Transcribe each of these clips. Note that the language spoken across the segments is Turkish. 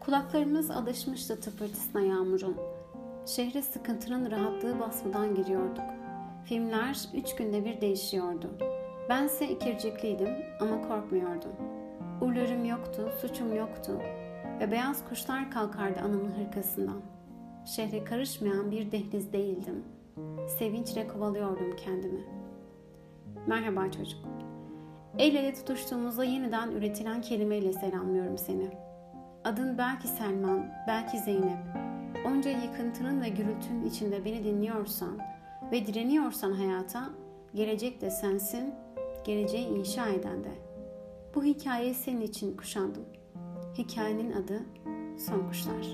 Kulaklarımız alışmıştı tıpırtısına yağmurun. Şehre sıkıntının rahatlığı basmadan giriyorduk. Filmler 3 günde bir değişiyordu. Bense ikircikliydim ama korkmuyordum. Uğurlarım yoktu, suçum yoktu ve beyaz kuşlar kalkardı anamın hırkasından. Şehre karışmayan bir dehliz değildim. Sevinçle kovalıyordum kendimi. Merhaba çocuk. El ele tutuştuğumuzda yeniden üretilen kelimeyle selamlıyorum seni. Adın belki Selman, belki Zeynep. Onca yıkıntının ve gürültünün içinde beni dinliyorsan ve direniyorsan hayata, gelecek de sensin, geleceği inşa eden de. Bu hikayeyi senin için kuşandım. Hikayenin adı Son Kuşlar.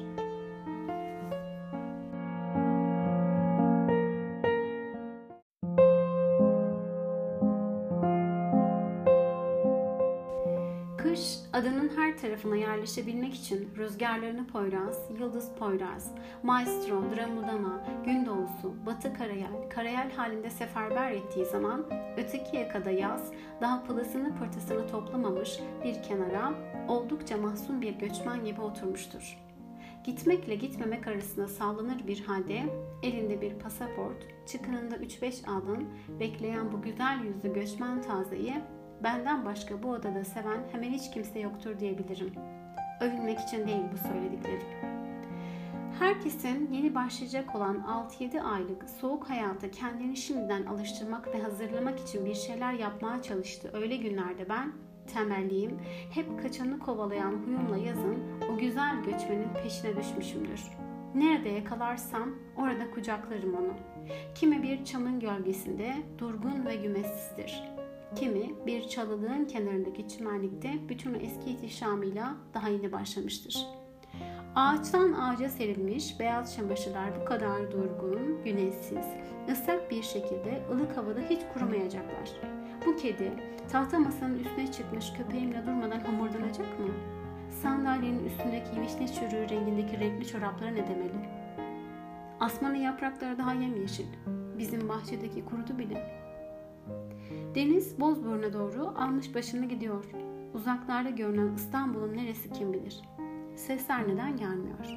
Kış, adanın her tarafına yerleşebilmek için rüzgarlarını Poyraz, Yıldız Poyraz, Maestro, Dramudana, Gündoğusu, Batı Karayel, Karayel halinde seferber ettiği zaman öteki yakada yaz, daha pılısını pırtısını toplamamış bir kenara oldukça mahzun bir göçmen gibi oturmuştur. Gitmekle gitmemek arasında sallanır bir halde elinde bir pasaport, çıkınında 3-5 alın bekleyen bu güzel yüzlü göçmen tazeyi benden başka bu odada seven hemen hiç kimse yoktur diyebilirim. Övünmek için değil bu söylediklerim. Herkesin yeni başlayacak olan 6-7 aylık soğuk hayata kendini şimdiden alıştırmak ve hazırlamak için bir şeyler yapmaya çalıştığı öyle günlerde ben, tembelliğim, hep kaçanı kovalayan huyumla yazın o güzel göçmenin peşine düşmüşümdür. Nerede yakalarsam orada kucaklarım onu. Kimi bir çamın gölgesinde durgun ve gümessizdir. Kimi bir çalılığın kenarındaki çimenlikte bütün eski ihtişamıyla daha yeni başlamıştır. Ağaçtan ağaca serilmiş beyaz çamaşırlar bu kadar durgun, güneşsiz, ıslak bir şekilde ılık havada hiç kurumayacaklar. Bu kedi tahta masanın üstüne çıkmış köpeğimle durmadan homurdanacak mı? Sandalyenin üstündeki vişne çürüğü rengindeki renkli çoraplara ne demeli? Asmanın yaprakları daha yemyeşil. Bizim bahçedeki kurudu bile. Deniz Bozburun'a doğru almış başını gidiyor. Uzaklarda görünen İstanbul'un neresi kim bilir? Sesler neden gelmiyor?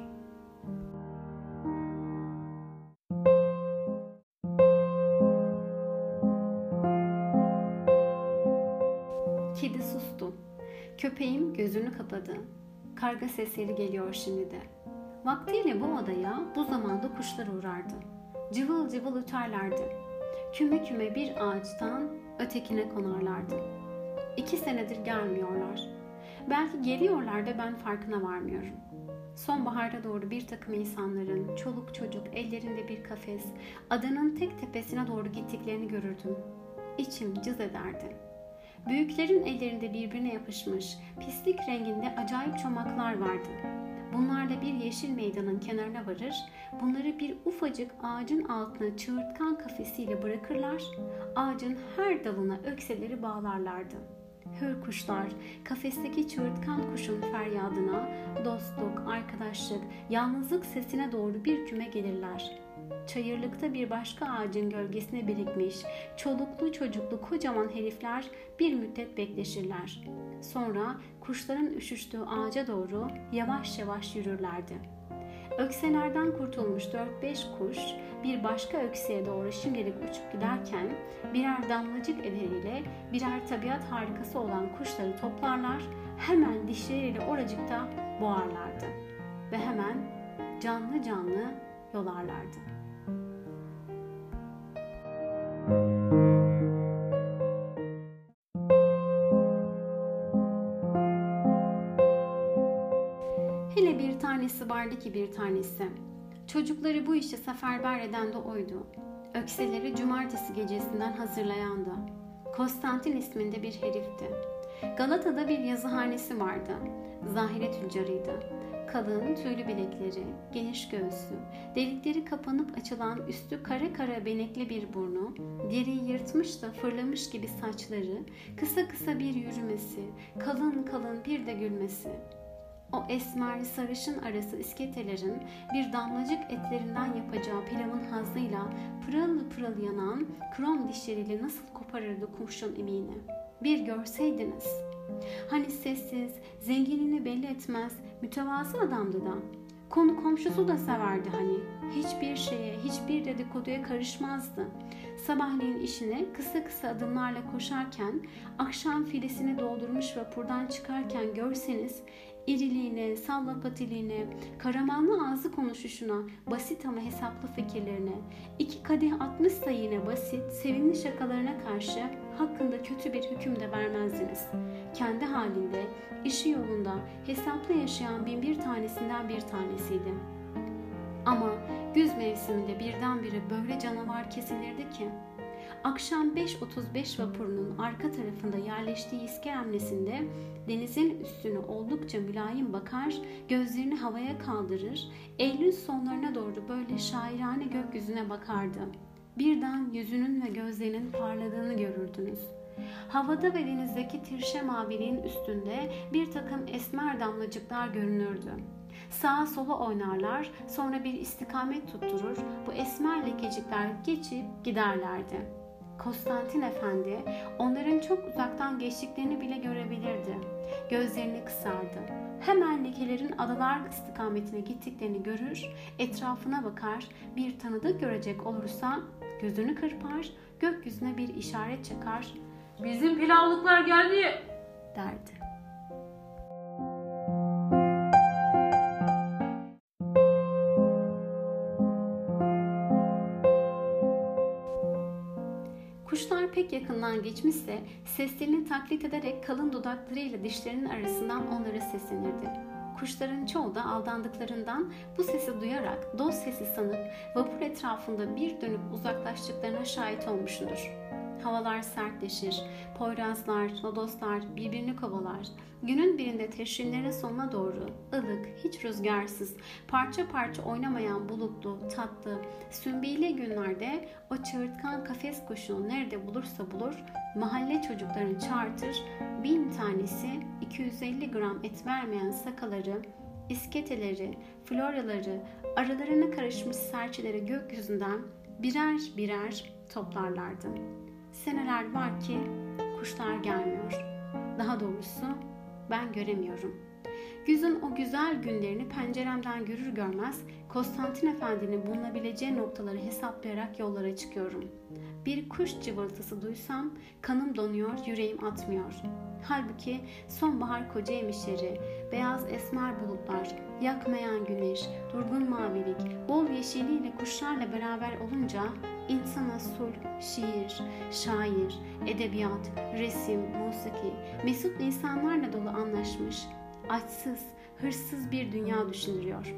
Kedi sustu. Köpeğim gözünü kapadı. Karga sesleri geliyor şimdi de. Vaktiyle bu odaya bu zamanda kuşlar uğrardı. Cıvıl cıvıl öterlerdi. Küme küme bir ağaçtan ötekine konarlardı. 2 senedir gelmiyorlar. Belki geliyorlar da ben farkına varmıyorum. Sonbaharda doğru bir takım insanların, çoluk çocuk ellerinde bir kafes, adanın tek tepesine doğru gittiklerini görürdüm. İçim cız ederdi. Büyüklerin ellerinde birbirine yapışmış, pislik renginde acayip çomaklar vardı. Bunlarla bir yeşil meydanın kenarına varır, bunları bir ufacık ağacın altına çığırtkan kafesiyle bırakırlar, ağacın her dalına ökseleri bağlarlardı. Hür kuşlar, kafesteki çığırtkan kuşun feryadına, dostluk, arkadaşlık, yalnızlık sesine doğru bir küme gelirler. Çayırlıkta bir başka ağacın gölgesine birikmiş, çoluklu çocuklu kocaman herifler bir müddet bekleşirler. Sonra kuşların üşüştüğü ağaca doğru yavaş yavaş yürürlerdi. Ökselerden kurtulmuş 4-5 kuş bir başka ökseye doğru şimdilik uçup giderken birer damlacık elleriyle birer tabiat harikası olan kuşları toplarlar, hemen dişleriyle oracıkta boğarlardı ve hemen canlı canlı yolarlardı. Hele bir tanesi vardı ki bir tanesi. Çocukları bu işe seferber eden de oydu. Ökseleri cumartesi gecesinden hazırlayan da. Konstantin isminde bir herifti. Galata'da bir yazıhanesi vardı. Zahire tüccarıydı. Kalın tüylü bilekleri, geniş göğsü, delikleri kapanıp açılan üstü kara kara benekli bir burnu, deriyi yırtmış da fırlamış gibi saçları, kısa kısa bir yürümesi, kalın kalın bir de gülmesi. O esmer sarışın arası isketelerin bir damlacık etlerinden yapacağı pilavın hazzıyla pırıl pırıl yanan krom dişleriyle nasıl koparırdı kurşun emiğini. Bir görseydiniz. Hani sessiz, zenginliğini belli etmez, mütevazı adamdı da. Konu komşusu da severdi hani. Hiçbir şeye, hiçbir dedikoduya karışmazdı. Sabahleyin işine kısa kısa adımlarla koşarken, akşam filesini doldurmuş vapurdan çıkarken görseniz, iriliğine, salla patiliğine, karamanlı ağzı konuşuşuna, basit ama hesaplı fikirlerine, 2 kadeh atmışsa yine basit, sevimli şakalarına karşı hakkında kötü bir hüküm de vermezdiniz. Kendi halinde, işi yolunda, hesaplı yaşayan bin bir tanesinden bir tanesiydi. Ama güz mevsiminde birdenbire böyle canavar kesilirdi ki, akşam 5.35 vapurunun arka tarafında yerleştiği iskemlesinde denizin üstüne oldukça mülayim bakar, gözlerini havaya kaldırır, Eylül sonlarına doğru böyle şairane gökyüzüne bakardı. Birden yüzünün ve gözlerinin parladığını görürdünüz. Havada ve denizdeki tirşe maviliğin üstünde bir takım esmer damlacıklar görünürdü. Sağa sola oynarlar, sonra bir istikamet tutturur, bu esmer lekecikler geçip giderlerdi. Konstantin Efendi onların çok uzaktan geçtiklerini bile görebilirdi. Gözlerini kısardı. Hemen lekelerin adalar istikametine gittiklerini görür, etrafına bakar, bir tanıdık görecek olursa gözünü kırpar, gökyüzüne bir işaret çakar, "Bizim pilavlıklar geldi" derdi. Kuşlar pek yakından geçmişse seslerini taklit ederek kalın dudaklarıyla dişlerinin arasından onlara seslenirdi. Kuşların çoğu da aldandıklarından bu sesi duyarak dost sesi sanıp vapur etrafında bir dönüp uzaklaştıklarına şahit olmuştur. Havalar sertleşir, poyrazlar, lodoslar birbirini kovalar. Günün birinde teşrinlerin sonuna doğru ılık, hiç rüzgarsız, parça parça oynamayan bulutlu, tatlı, sümbili günlerde o çığırtkan kafes kuşunu nerede bulursa bulur, mahalle çocuklarını çağırtır, 1000 tanesi 250 gram et vermeyen sakaları, isketeleri, floraları, aralarına karışmış serçeleri gökyüzünden birer birer toplarlardı. Seneler var ki kuşlar gelmiyor. Daha doğrusu ben göremiyorum. Güzün o güzel günlerini penceremden görür görmez Konstantin Efendi'nin bulunabileceği noktaları hesaplayarak yollara çıkıyorum. Bir kuş cıvıltısı duysam kanım donuyor, yüreğim atmıyor. Halbuki sonbahar koca yemişleri, beyaz esmer bulutlar, yakmayan güneş, durgun mavilik, bol yeşiliyle kuşlarla beraber olunca insana sulh, şiir, şair, edebiyat, resim, musiki, mesut insanlarla dolu anlaşmış, açsız, hırsız bir dünya düşündürüyor.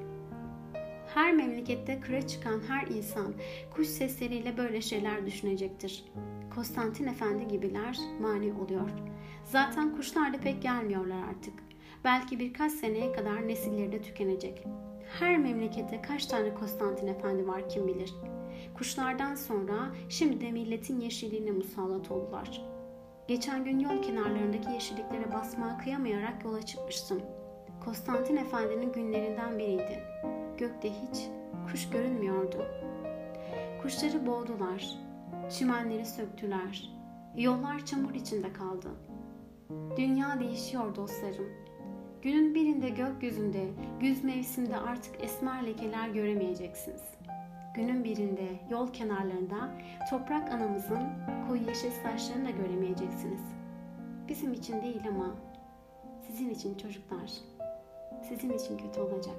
Her memlekette kıra çıkan her insan kuş sesleriyle böyle şeyler düşünecektir. Konstantin Efendi gibiler mani oluyor. Zaten kuşlar da pek gelmiyorlar artık. Belki birkaç seneye kadar nesilleri de tükenecek. Her memlekette kaç tane Konstantin Efendi var kim bilir. Kuşlardan sonra şimdi de milletin yeşilliğine musallat oldular. Geçen gün yol kenarlarındaki yeşilliklere basmaya kıyamayarak yola çıkmıştım. Konstantin Efendi'nin günlerinden biriydi. Gökte hiç kuş görünmüyordu. Kuşları boğdular, çimenleri söktüler, yollar çamur içinde kaldı. Dünya değişiyor dostlarım. Günün birinde gökyüzünde, güz mevsiminde artık esmer lekeler göremeyeceksiniz. Günün birinde yol kenarlarında toprak anamızın koyu yeşil saçlarını da göremeyeceksiniz. Bizim için değil ama sizin için çocuklar, sizin için kötü olacak.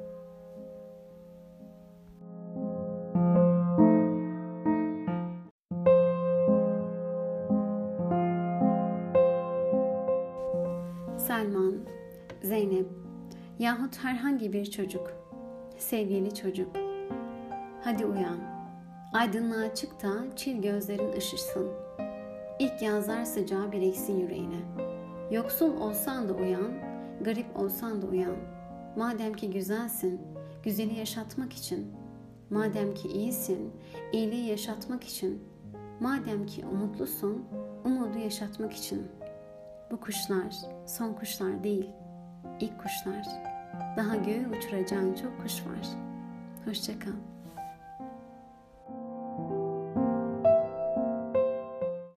Selman, Zeynep yahut herhangi bir çocuk, sevgili çocuk, hadi uyan, aydınlığa çık da çil gözlerin ışırsın. İlk yazlar sıcağı biriksin yüreğine. Yoksul olsan da uyan, garip olsan da uyan. Madem ki güzelsin, güzeli yaşatmak için. Madem ki iyisin, iyiliği yaşatmak için. Madem ki umutlusun, umudu yaşatmak için. Bu kuşlar son kuşlar değil, ilk kuşlar. Daha göğe uçuracağın çok kuş var. Hoşça kal.